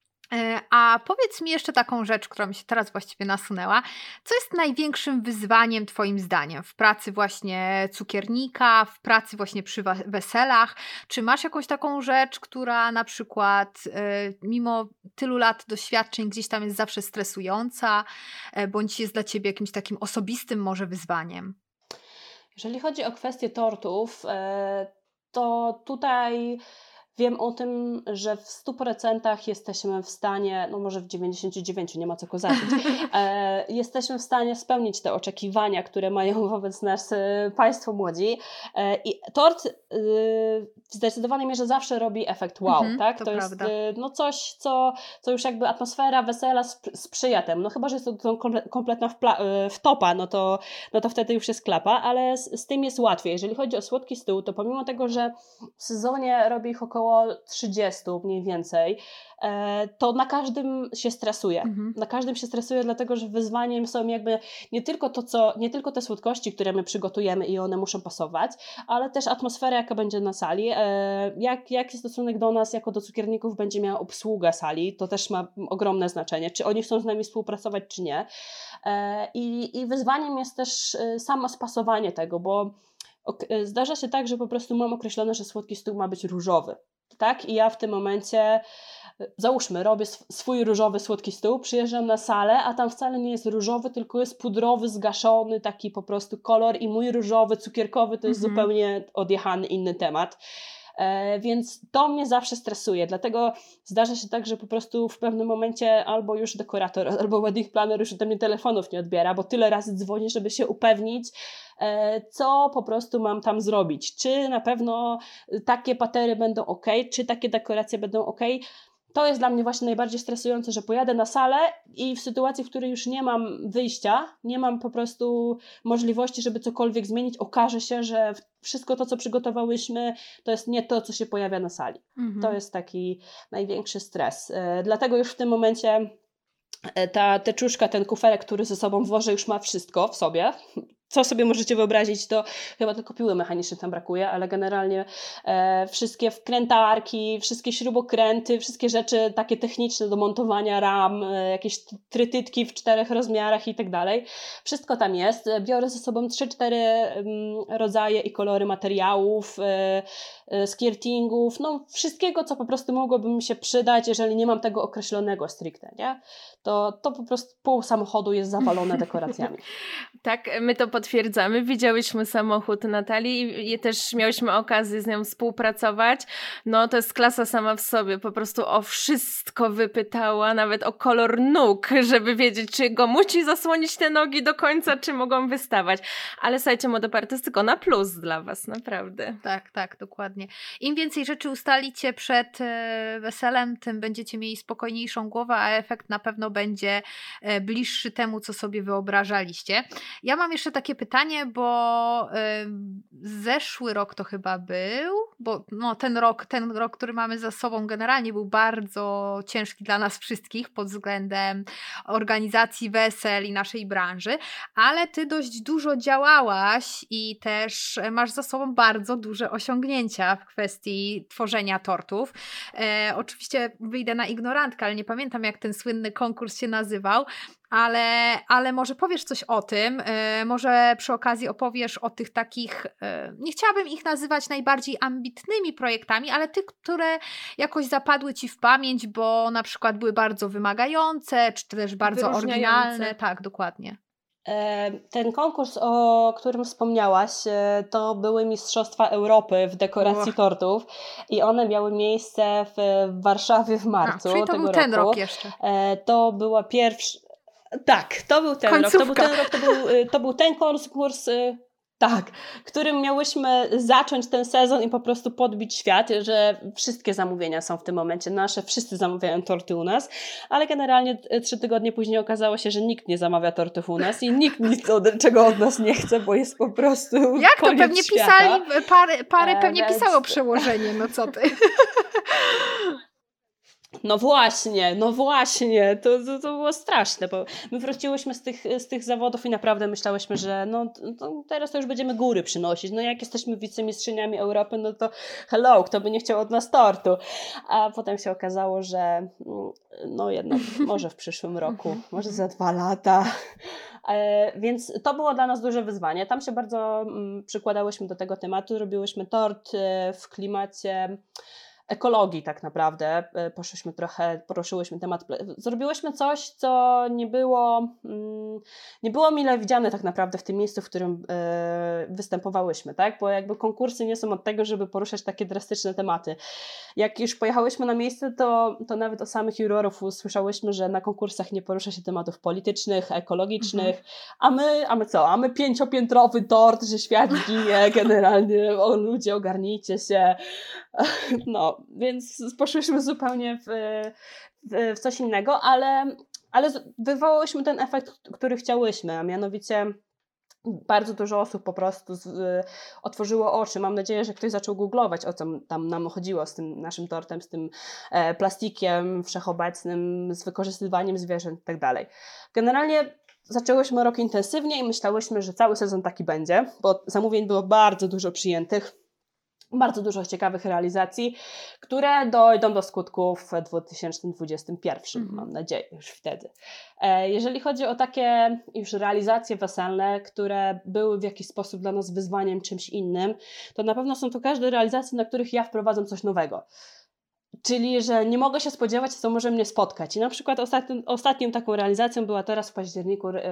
A powiedz mi jeszcze taką rzecz, która mi się teraz właściwie nasunęła. Co jest największym wyzwaniem Twoim zdaniem w pracy właśnie cukiernika, w pracy właśnie przy weselach? Czy masz jakąś taką rzecz, która na przykład mimo tylu lat doświadczeń gdzieś tam jest zawsze stresująca, bądź jest dla Ciebie jakimś takim osobistym może wyzwaniem? Jeżeli chodzi o kwestię tortów, to tutaj wiem o tym, że w stu procentach jesteśmy w stanie, no może w dziewięćdziesięciu dziewięciu, nie ma co kozaczyć, e, jesteśmy w stanie spełnić te oczekiwania, które mają wobec nas e, Państwo młodzi. E, I tort e, w zdecydowanej mierze zawsze robi efekt wow, Mhm, tak? to To jest prawda. e, no coś, co, co już jakby atmosfera wesela sp- sprzyja temu. No chyba, że jest to, to komple- kompletna wpla- e, wtopa, no to, no to wtedy już jest klapa, ale z, z tym jest łatwiej. Jeżeli chodzi o słodki stół, to pomimo tego, że w sezonie robi ich około trzydzieści mniej więcej, e, to na każdym się stresuje. Mhm. Na każdym się stresuje, dlatego że wyzwaniem są jakby nie tylko to, co, nie tylko te słodkości, które my przygotujemy i one muszą pasować, ale też atmosfera, jaka będzie na sali, e, jak, jaki stosunek do nas jako do cukierników będzie miała obsługa sali, to też ma ogromne znaczenie, czy oni chcą z nami współpracować, czy nie. E, i, I wyzwaniem jest też e, samo spasowanie tego, bo ok, zdarza się tak, że po prostu mam określone, że słodki stół ma być różowy, tak? I ja w tym momencie, załóżmy, robię swój różowy słodki stół, przyjeżdżam na salę, a tam wcale nie jest różowy, tylko jest pudrowy, zgaszony, taki po prostu kolor i mój różowy, cukierkowy to jest Mhm. zupełnie odjechany inny temat. E, więc to mnie zawsze stresuje, dlatego zdarza się tak, że po prostu w pewnym momencie albo już dekorator, albo wedding planner już ode mnie telefonów nie odbiera, bo tyle razy dzwoni, żeby się upewnić, e, co po prostu mam tam zrobić. Czy na pewno takie patery będą ok, czy takie dekoracje będą ok. To jest dla mnie właśnie najbardziej stresujące, że pojadę na salę i w sytuacji, w której już nie mam wyjścia, nie mam po prostu możliwości, żeby cokolwiek zmienić, okaże się, że wszystko to, co przygotowałyśmy, to jest nie to, co się pojawia na sali. Mhm. To jest taki największy stres. E, dlatego już w tym momencie e, ta teczuszka, ten kuferek, który ze sobą włożę, już ma wszystko w sobie. Co sobie możecie wyobrazić, to chyba tylko piły mechaniczne tam brakuje, ale generalnie e, wszystkie wkrętarki, wszystkie śrubokręty, wszystkie rzeczy takie techniczne do montowania ram, e, jakieś trytytki w czterech rozmiarach i tak dalej. Wszystko tam jest. Biorę ze sobą trzy cztery mm, rodzaje i kolory materiałów, e, e, skirtingów, no wszystkiego, co po prostu mogłoby mi się przydać, jeżeli nie mam tego określonego stricte, nie? To, to po prostu pół samochodu jest zawalone dekoracjami. Tak, my to potwierdzamy. Widziałyśmy samochód Natalii i też miałyśmy okazję z nią współpracować. No to jest klasa sama w sobie. Po prostu o wszystko wypytała, nawet o kolor nóg, żeby wiedzieć, czy go musi zasłonić te nogi do końca, czy mogą wystawać. Ale słuchajcie, Modepart to jest tylko na plus dla was, naprawdę. Tak, tak, dokładnie. Im więcej rzeczy ustalicie przed e, weselem, tym będziecie mieli spokojniejszą głowę, a efekt na pewno będzie e, bliższy temu, co sobie wyobrażaliście. Ja mam jeszcze takie pytanie, bo e, zeszły rok to chyba był, bo no, ten rok, ten rok, który mamy za sobą generalnie był bardzo ciężki dla nas wszystkich pod względem organizacji wesel i naszej branży, ale ty dość dużo działałaś i też masz za sobą bardzo duże osiągnięcia w kwestii tworzenia tortów. E, oczywiście wyjdę na ignorantkę, ale nie pamiętam, jak ten słynny konkurs się nazywał, ale, ale może powiesz coś o tym, e, może przy okazji opowiesz o tych takich, e, nie chciałabym ich nazywać najbardziej ambitnymi projektami, ale tych, które jakoś zapadły ci w pamięć, bo na przykład były bardzo wymagające, czy też bardzo oryginalne. Tak, dokładnie. Ten konkurs, o którym wspomniałaś, to były Mistrzostwa Europy w dekoracji Och. tortów i one miały miejsce w Warszawie w marcu A, czyli to tego był ten roku. rok jeszcze. To była pierwsza... Tak, to był ten Końcówka. rok. To był ten rok, to był, to był ten konkurs... Tak, którym miałyśmy zacząć ten sezon i po prostu podbić świat, że wszystkie zamówienia są w tym momencie nasze, wszyscy zamawiają torty u nas, ale generalnie trzy tygodnie później okazało się, że nikt nie zamawia tortów u nas i nikt nic od, czego od nas nie chce, bo jest po prostu Jak to? koniec Pewnie świata. pisali, parę, parę E, pewnie więc- pisało przełożenie, no co ty. No właśnie, no właśnie, to, to, to było straszne, bo my wróciłyśmy z tych, z tych zawodów i naprawdę myślałyśmy, że no to teraz to już będziemy góry przynosić, no jak jesteśmy wicemistrzyniami Europy, no to hello, kto by nie chciał od nas tortu, a potem się okazało, że no jednak może w przyszłym roku, może za dwa lata, e, więc to było dla nas duże wyzwanie, tam się bardzo mm, przykładałyśmy do tego tematu, robiłyśmy tort e, w klimacie ekologii tak naprawdę. Poszłyśmy trochę, poruszyłyśmy temat, zrobiłyśmy coś, co nie było, nie było mile widziane tak naprawdę w tym miejscu, w którym występowałyśmy, tak? Bo jakby konkursy nie są od tego, żeby poruszać takie drastyczne tematy. Jak już pojechałyśmy na miejsce, to, to nawet od samych jurorów usłyszałyśmy, że na konkursach nie porusza się tematów politycznych, ekologicznych, mhm. a my, a my co? A my pięciopiętrowy tort, że świat ginie generalnie, o ludzie ogarnijcie się. No, więc poszłyśmy zupełnie w, w, w coś innego, ale, ale wywołałyśmy ten efekt, który chciałyśmy, a mianowicie bardzo dużo osób po prostu z, y, otworzyło oczy. Mam nadzieję, że ktoś zaczął googlować, o co tam nam chodziło z tym naszym tortem, z tym e, plastikiem wszechobecnym, z wykorzystywaniem zwierząt i tak dalej. Generalnie zaczęłyśmy rok intensywnie i myślałyśmy, że cały sezon taki będzie, bo zamówień było bardzo dużo przyjętych. Bardzo dużo ciekawych realizacji, które dojdą do skutków w dwa tysiące dwudziestym pierwszym, mm. mam nadzieję, już wtedy. Jeżeli chodzi o takie już realizacje weselne, które były w jakiś sposób dla nas wyzwaniem, czymś innym, to na pewno są to każde realizacje, na których ja wprowadzam coś nowego. Czyli, że nie mogę się spodziewać, co może mnie spotkać. I na przykład ostatnią, ostatnią taką realizacją była teraz w październiku yy,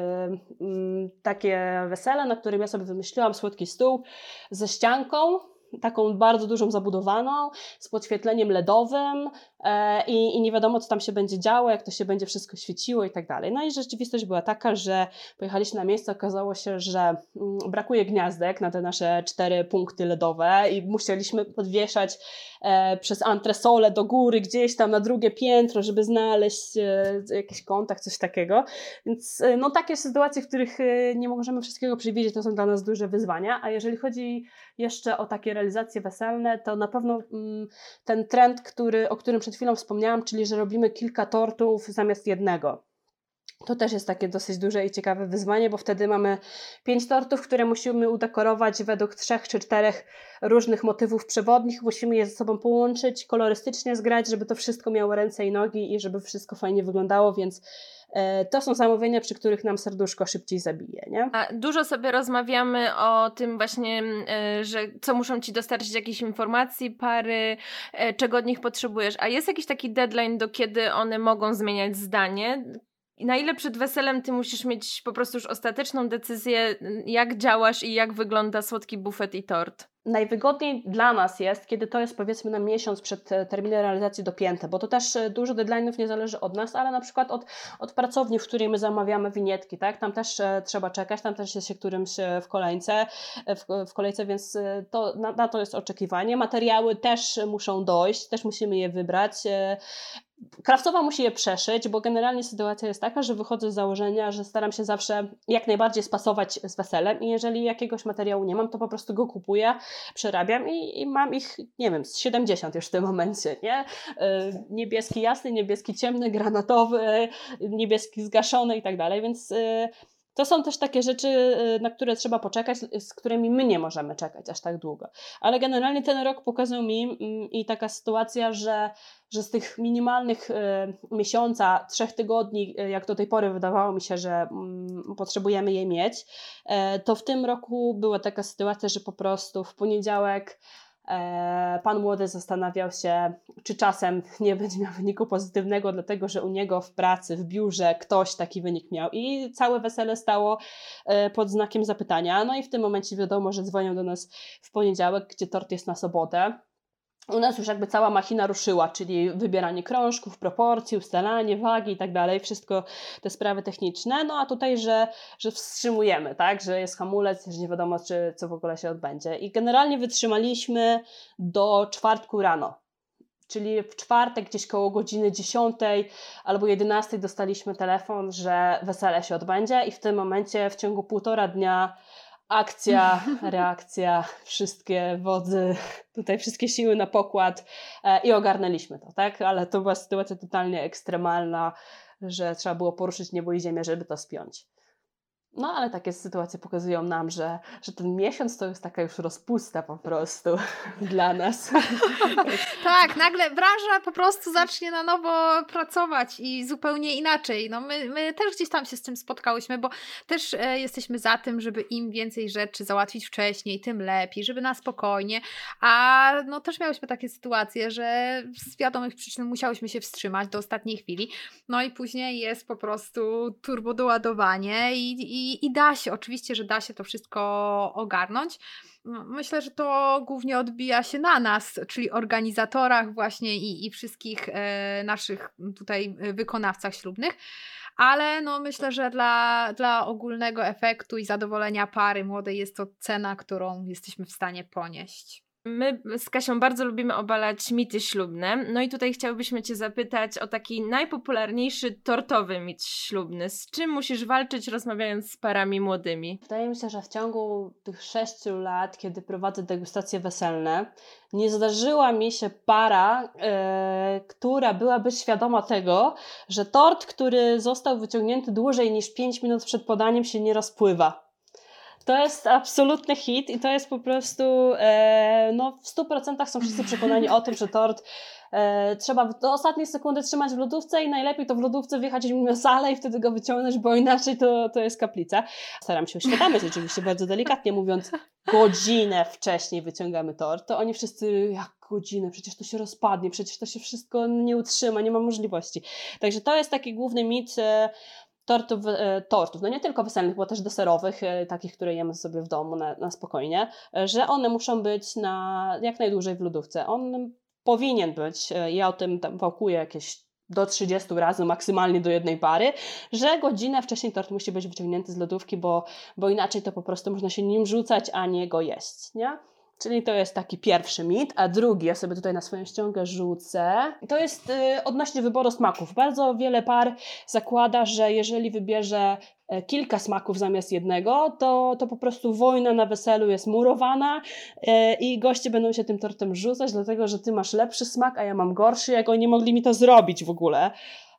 yy, takie wesele, na którym ja sobie wymyśliłam słodki stół ze ścianką, taką bardzo dużą zabudowaną, z podświetleniem ledowym e, i, i nie wiadomo, co tam się będzie działo, jak to się będzie wszystko świeciło i tak dalej. No i rzeczywistość była taka, że pojechaliśmy na miejsce, okazało się, że mm, brakuje gniazdek na te nasze cztery punkty ledowe i musieliśmy podwieszać e, przez antresolę do góry, gdzieś tam na drugie piętro, żeby znaleźć e, jakiś kontakt, coś takiego. Więc e, no takie sytuacje, w których e, nie możemy wszystkiego przewidzieć, to są dla nas duże wyzwania, a jeżeli chodzi jeszcze o takie realizacje weselne, to na pewno mm, ten trend, który, o którym przed chwilą wspomniałam, czyli że robimy kilka tortów zamiast jednego. To też jest takie dosyć duże i ciekawe wyzwanie, bo wtedy mamy pięć tortów, które musimy udekorować według trzech czy czterech różnych motywów przewodnich. Musimy je ze sobą połączyć, kolorystycznie zgrać, żeby to wszystko miało ręce i nogi i żeby wszystko fajnie wyglądało, więc e, to są zamówienia, przy których nam serduszko szybciej zabije, nie? A dużo sobie rozmawiamy o tym właśnie, e, że co muszą ci dostarczyć jakieś informacji, pary, e, czego od nich potrzebujesz. A jest jakiś taki deadline, do kiedy one mogą zmieniać zdanie? I na ile przed weselem ty musisz mieć po prostu już ostateczną decyzję, jak działasz i jak wygląda słodki bufet i tort? Najwygodniej dla nas jest, kiedy to jest powiedzmy na miesiąc przed terminem realizacji dopięte, bo to też dużo deadline'ów nie zależy od nas, ale na przykład od, od pracowni, w której my zamawiamy winietki, tak? Tam też e, trzeba czekać, tam też jest się którymś w kolejce, w, w kolejce, więc to, na, na to jest oczekiwanie. Materiały też muszą dojść, też musimy je wybrać. E, Krawcowa musi je przeszyć, bo generalnie sytuacja jest taka, że wychodzę z założenia, że staram się zawsze jak najbardziej spasować z weselem i jeżeli jakiegoś materiału nie mam, to po prostu go kupuję, przerabiam i, i mam ich, nie wiem, z siedemdziesiąt już w tym momencie, nie? Yy, niebieski jasny, niebieski ciemny, granatowy, niebieski zgaszony i tak dalej, więc yy, to są też takie rzeczy, na które trzeba poczekać, z którymi my nie możemy czekać aż tak długo. Ale generalnie ten rok pokazał mi i taka sytuacja, że, że z tych minimalnych y, miesiąca, trzech tygodni, jak do tej pory wydawało mi się, że y, potrzebujemy je mieć, y, to w tym roku była taka sytuacja, że po prostu w poniedziałek pan młody zastanawiał się, czy czasem nie będzie miał wyniku pozytywnego, dlatego że u niego w pracy, w biurze ktoś taki wynik miał i całe wesele stało pod znakiem zapytania. No i w tym momencie wiadomo, że dzwonią do nas w poniedziałek, gdzie tort jest na sobotę. U nas już jakby cała machina ruszyła, czyli wybieranie krążków, proporcji, ustalanie wagi i tak dalej, wszystko te sprawy techniczne, no a tutaj, że, że wstrzymujemy, tak, że jest hamulec, że nie wiadomo, czy co w ogóle się odbędzie. I generalnie wytrzymaliśmy do czwartku rano, czyli w czwartek gdzieś koło godziny dziesiątej albo jedenastej dostaliśmy telefon, że wesele się odbędzie i w tym momencie w ciągu półtora dnia akcja, reakcja, wszystkie wodzy, tutaj wszystkie siły na pokład e, i ogarnęliśmy to, tak? Ale to była sytuacja totalnie ekstremalna, że trzeba było poruszyć niebo i ziemię, żeby to spiąć. No ale takie sytuacje pokazują nam, że, że ten miesiąc to jest taka już rozpusta po prostu dla nas. Tak, nagle branża po prostu zacznie na nowo pracować i zupełnie inaczej. No my, my też gdzieś tam się z tym spotkałyśmy, bo też e, jesteśmy za tym, żeby im więcej rzeczy załatwić wcześniej, tym lepiej, żeby na spokojnie, a no też miałyśmy takie sytuacje, że z wiadomych przyczyn musiałyśmy się wstrzymać do ostatniej chwili, no i później jest po prostu turbo doładowanie i, i I, I da się, oczywiście, że da się to wszystko ogarnąć. Myślę, że to głównie odbija się na nas, czyli organizatorach właśnie i, i wszystkich e, naszych tutaj wykonawcach ślubnych, ale no myślę, że dla, dla ogólnego efektu i zadowolenia pary młodej jest to cena, którą jesteśmy w stanie ponieść. My z Kasią bardzo lubimy obalać mity ślubne, no i tutaj chciałbyśmy Cię zapytać o taki najpopularniejszy tortowy mit ślubny. Z czym musisz walczyć, rozmawiając z parami młodymi? Wydaje mi się, że w ciągu tych sześciu lat, kiedy prowadzę degustacje weselne, nie zdarzyła mi się para, e, która byłaby świadoma tego, że tort, który został wyciągnięty dłużej niż pięć minut przed podaniem, się nie rozpływa. To jest absolutny hit i to jest po prostu, e, no w stu procentach są wszyscy przekonani o tym, że tort e, trzeba do ostatniej sekundy trzymać w lodówce i najlepiej to w lodówce wjechać na salę i wtedy go wyciągnąć, bo inaczej to, to jest kaplica. Staram się uświadamiać, oczywiście bardzo delikatnie mówiąc, godzinę wcześniej wyciągamy tort, to oni wszyscy, jak godzinę, przecież to się rozpadnie, przecież to się wszystko nie utrzyma, nie ma możliwości. Także to jest taki główny mit, e, Tortów, e, tortów, no nie tylko weselnych, bo też deserowych, e, takich, które jemy sobie w domu na, na spokojnie, e, że one muszą być na jak najdłużej w lodówce. On powinien być, e, ja o tym tam wałkuję jakieś do trzydziestu razy, maksymalnie do jednej pary, że godzinę wcześniej tort musi być wyciągnięty z lodówki, bo, bo inaczej to po prostu można się nim rzucać, a nie go jeść, nie? Czyli to jest taki pierwszy mit, a drugi, ja sobie tutaj na swoją ściągę rzucę, to jest y, odnośnie wyboru smaków. Bardzo wiele par zakłada, że jeżeli wybierze y, kilka smaków zamiast jednego, to, to po prostu wojna na weselu jest murowana y, i goście będą się tym tortem rzucać, dlatego że ty masz lepszy smak, a ja mam gorszy, jak oni mogli mi to zrobić w ogóle.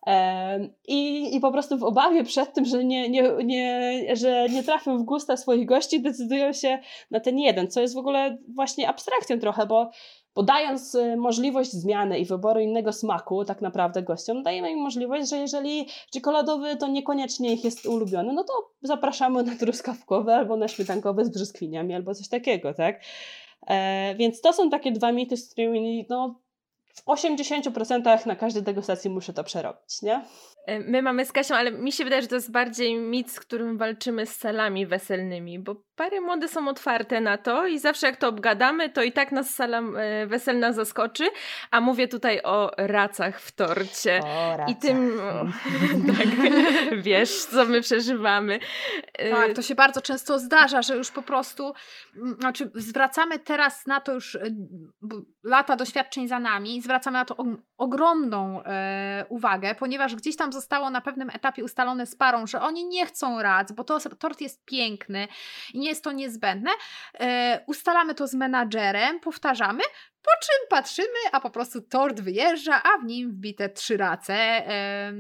I, I po prostu w obawie przed tym, że nie, nie, nie, że nie trafią w gusta swoich gości, decydują się na ten jeden, co jest w ogóle właśnie abstrakcją trochę, bo, bo dając możliwość zmiany i wyboru innego smaku tak naprawdę gościom, dajemy im możliwość, że jeżeli czekoladowy to niekoniecznie ich jest ulubiony, no to zapraszamy na truskawkowy albo na śmietankowe z brzoskwiniami albo coś takiego, tak? E, więc to są takie dwa mity, z którymi no w osiemdziesięciu procentach na każdej degustacji muszę to przerobić, nie? My mamy z Kasią, ale mi się wydaje, że to jest bardziej mit, z którym walczymy z salami weselnymi, bo pary młode są otwarte na to i zawsze jak to obgadamy, to i tak nas sala weselna zaskoczy, a mówię tutaj o racach w torcie. O, racach. I tym, o, tak, wiesz, co my przeżywamy. Tak, to się bardzo często zdarza, że już po prostu, znaczy zwracamy teraz na to już lata doświadczeń za nami, zwracamy na to ogromną e, uwagę, ponieważ gdzieś tam zostało na pewnym etapie ustalone z parą, że oni nie chcą rac, bo to, tort jest piękny i nie jest to niezbędne. E, ustalamy to z menadżerem, powtarzamy, po czym patrzymy, a po prostu tort wyjeżdża, a w nim wbite trzy race. E,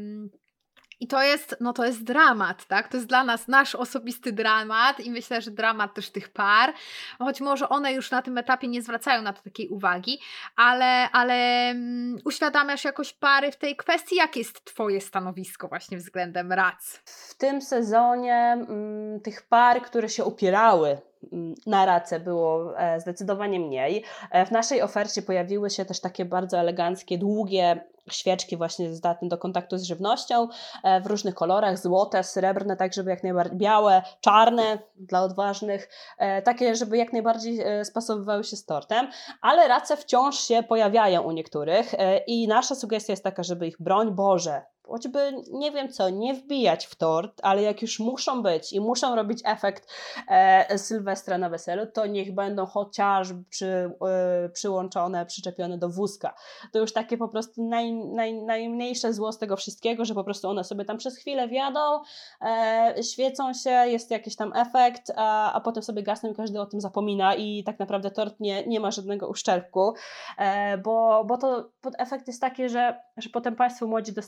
I to jest, no to jest dramat, tak? To jest dla nas nasz osobisty dramat i myślę, że dramat też tych par, choć może one już na tym etapie nie zwracają na to takiej uwagi, ale, ale um, uświadamiasz jakoś pary w tej kwestii, jakie jest Twoje stanowisko właśnie względem rac? W tym sezonie m, tych par, które się upierały na racę, było e, zdecydowanie mniej. E, w naszej ofercie pojawiły się też takie bardzo eleganckie, długie świeczki właśnie zdatne do kontaktu z żywnością e, w różnych kolorach, złote, srebrne, tak żeby jak najbardziej białe, czarne dla odważnych, e, takie żeby jak najbardziej e, spasowywały się z tortem, ale race wciąż się pojawiają u niektórych e, i nasza sugestia jest taka, żeby ich, broń Boże, choćby, nie wiem co, nie wbijać w tort, ale jak już muszą być i muszą robić efekt e, Sylwestra na weselu, to niech będą chociaż przy, e, przyłączone, przyczepione do wózka. To już takie po prostu naj, naj, najmniejsze zło z tego wszystkiego, że po prostu one sobie tam przez chwilę wjadą, e, świecą się, jest jakiś tam efekt, a, a potem sobie gasną i każdy o tym zapomina i tak naprawdę tort nie, nie ma żadnego uszczerbku, e, bo, bo to efekt jest taki, że, że potem Państwo młodzi dostają zdjęcia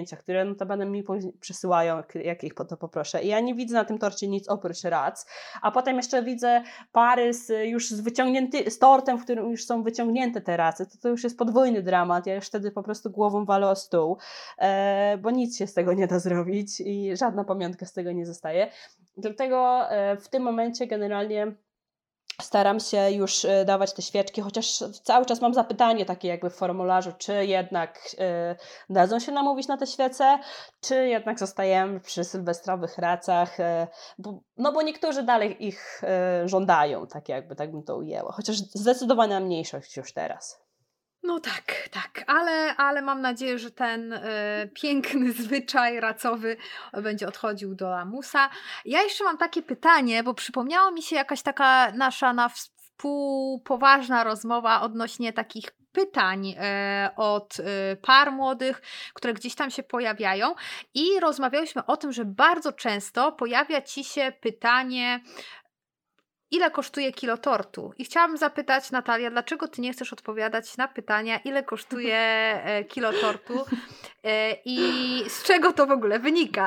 zdjęcia, które notabene mi przysyłają, jak, jak ich po to poproszę. I ja nie widzę na tym torcie nic oprócz rac. A potem jeszcze widzę pary z, już z, wyciągnięty, z tortem, w którym już są wyciągnięte te race. To, to już jest podwójny dramat. Ja już wtedy po prostu głową walę o stół, e, bo nic się z tego nie da zrobić i żadna pamiątka z tego nie zostaje. Dlatego e, w tym momencie generalnie staram się już dawać te świeczki, chociaż cały czas mam zapytanie takie jakby w formularzu, czy jednak y, dadzą się namówić na te świece, czy jednak zostajemy przy sylwestrowych racach, y, bo, no bo niektórzy dalej ich y, żądają, tak jakby, tak bym to ujęła, chociaż zdecydowana mniejszość już teraz. No tak, tak, ale, ale mam nadzieję, że ten y, piękny zwyczaj racowy będzie odchodził do lamusa. Ja jeszcze mam takie pytanie, bo przypomniała mi się jakaś taka nasza na współpoważna rozmowa odnośnie takich pytań y, od y, par młodych, które gdzieś tam się pojawiają i rozmawialiśmy o tym, że bardzo często pojawia Ci się pytanie, ile kosztuje kilo tortu? I chciałabym zapytać, Natalia, dlaczego ty nie chcesz odpowiadać na pytania, ile kosztuje kilo tortu i z czego to w ogóle wynika?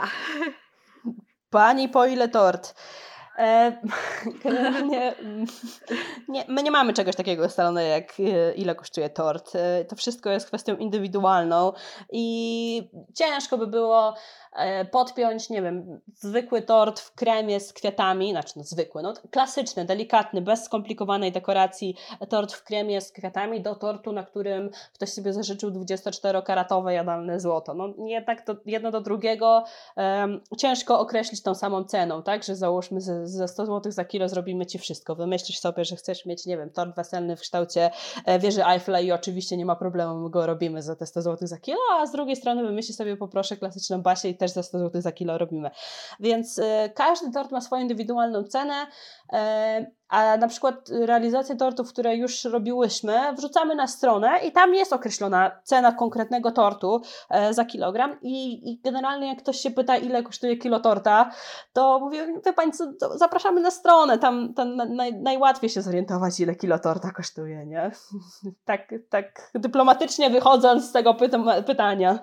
Pani, po ile tort? E, generalnie nie, my nie mamy czegoś takiego ustalone jak ile kosztuje tort. To wszystko jest kwestią indywidualną i ciężko by było podpiąć, nie wiem, zwykły tort w kremie z kwiatami, znaczy no zwykły, no klasyczny, delikatny, bez skomplikowanej dekoracji tort w kremie z kwiatami do tortu, na którym ktoś sobie zażyczył dwudziestoczterokaratowe jadalne złoto. No jednak to jedno do drugiego um, ciężko określić tą samą ceną, tak, że załóżmy ze, ze sto złotych za kilo zrobimy Ci wszystko. Wymyślisz sobie, że chcesz mieć, nie wiem, tort weselny w kształcie wieży Eiffla i oczywiście nie ma problemu, my go robimy za te sto złotych za kilo, a z drugiej strony wymyślisz sobie, poproszę klasyczną Basię i też za sto złotych za kilo robimy. Więc y, każdy tort ma swoją indywidualną cenę, y, a na przykład realizację tortów, które już robiłyśmy, wrzucamy na stronę i tam jest określona cena konkretnego tortu y, za kilogram i, i generalnie jak ktoś się pyta, ile kosztuje kilo torta, to mówię, wie Pani co, to zapraszamy na stronę, tam, tam naj, najłatwiej się zorientować, ile kilo torta kosztuje, nie? tak, tak dyplomatycznie wychodząc z tego pyta- pytania.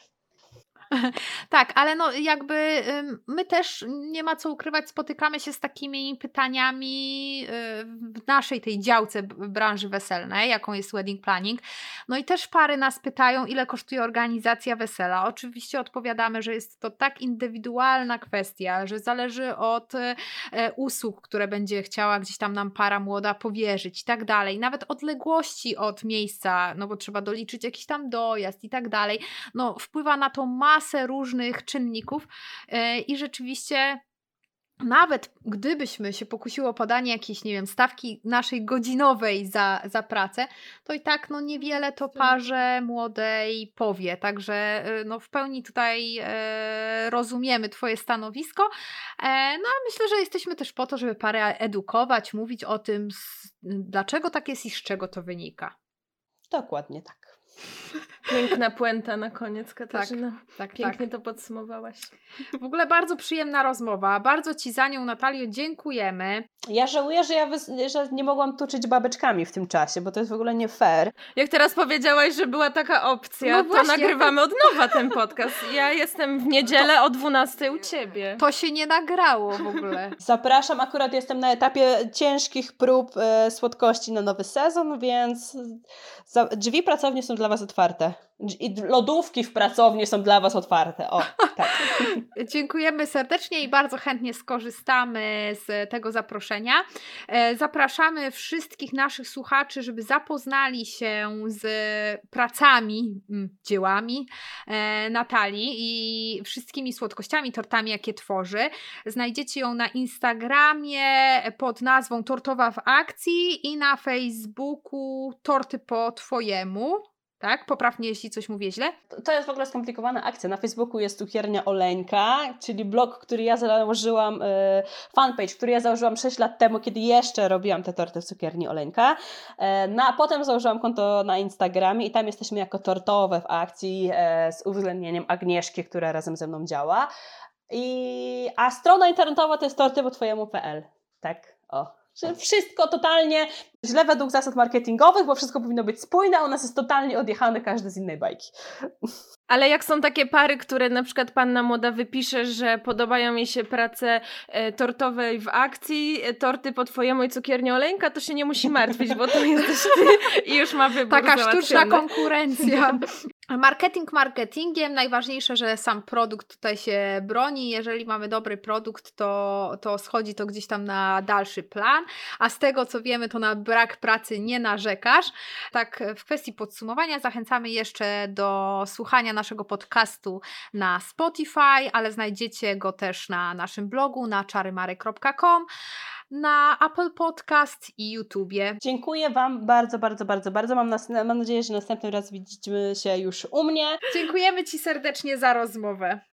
Tak, ale no jakby my też, nie ma co ukrywać, spotykamy się z takimi pytaniami w naszej tej działce branży weselnej, jaką jest wedding planning. No i też pary nas pytają, ile kosztuje organizacja wesela. Oczywiście odpowiadamy, że jest to tak indywidualna kwestia, że zależy od usług, które będzie chciała gdzieś tam nam para młoda powierzyć i tak dalej. Nawet odległości od miejsca, no bo trzeba doliczyć jakiś tam dojazd i tak dalej. No wpływa na to masę różnych czynników i rzeczywiście nawet gdybyśmy się pokusiło o podanie jakiejś, nie wiem, stawki naszej godzinowej za, za pracę, to i tak no niewiele to parze młodej powie, także no w pełni tutaj e, rozumiemy Twoje stanowisko, e, no a myślę, że jesteśmy też po to, żeby parę edukować, mówić o tym, z, dlaczego tak jest i z czego to wynika. Dokładnie tak. Piękna puenta na koniec, Katarzyna. Tak, tak, Pięknie tak. to podsumowałaś. W ogóle bardzo przyjemna rozmowa. Bardzo Ci za nią, Natalio, dziękujemy. Ja żałuję, że ja wys- że nie mogłam tuczyć babeczkami w tym czasie, bo to jest w ogóle nie fair. Jak teraz powiedziałaś, że była taka opcja, No to właśnie. nagrywamy od nowa ten podcast. Ja jestem w niedzielę o dwunastej u Ciebie. To się nie nagrało w ogóle. Zapraszam, akurat jestem na etapie ciężkich prób e, słodkości na nowy sezon, więc za- drzwi pracowni są dla Was otwarte. Dż- I lodówki w pracowni są dla Was otwarte. O, tak. Dziękujemy serdecznie i bardzo chętnie skorzystamy z tego zaproszenia. Zapraszamy wszystkich naszych słuchaczy, żeby zapoznali się z pracami, dziełami Natalii i wszystkimi słodkościami, tortami, jakie tworzy. Znajdziecie ją na Instagramie pod nazwą Tortowa w akcji i na Facebooku Torty po Twojemu. Tak? Poprawnie, jeśli coś mówię źle. To, to jest w ogóle skomplikowana akcja. Na Facebooku jest Cukiernia Oleńka, czyli blog, który ja założyłam, e, fanpage, który ja założyłam sześć lat temu, kiedy jeszcze robiłam te torty w Cukierni Oleńka. E, no, a potem założyłam konto na Instagramie i tam jesteśmy jako Tortowe w akcji e, z uwzględnieniem Agnieszki, która razem ze mną działa. I, a strona internetowa to jest torty po twojemu kropka p l. Tak, o. Że wszystko totalnie źle według zasad marketingowych, bo wszystko powinno być spójne, a u nas jest totalnie odjechane każdy z innej bajki. Ale jak są takie pary, które na przykład panna młoda wypisze, że podobają jej się prace e, tortowej w akcji, e, torty po twojemu i cukiernia Oleńka, to się nie musi martwić, bo to jesteś ty i już ma wybór Taka załatwiony. sztuczna konkurencja. Marketing marketingiem, najważniejsze, że sam produkt tutaj się broni. Jeżeli mamy dobry produkt, to, to schodzi to gdzieś tam na dalszy plan, a z tego co wiemy, to na brak pracy nie narzekasz. Tak w kwestii podsumowania zachęcamy jeszcze do słuchania naszego podcastu na Spotify, ale znajdziecie go też na naszym blogu na czarymary kropka com, na Apple Podcast i YouTubie. Dziękuję Wam bardzo, bardzo, bardzo, bardzo. Mam, nas- mam nadzieję, że następnym raz widzimy się już u mnie. Dziękujemy Ci serdecznie za rozmowę.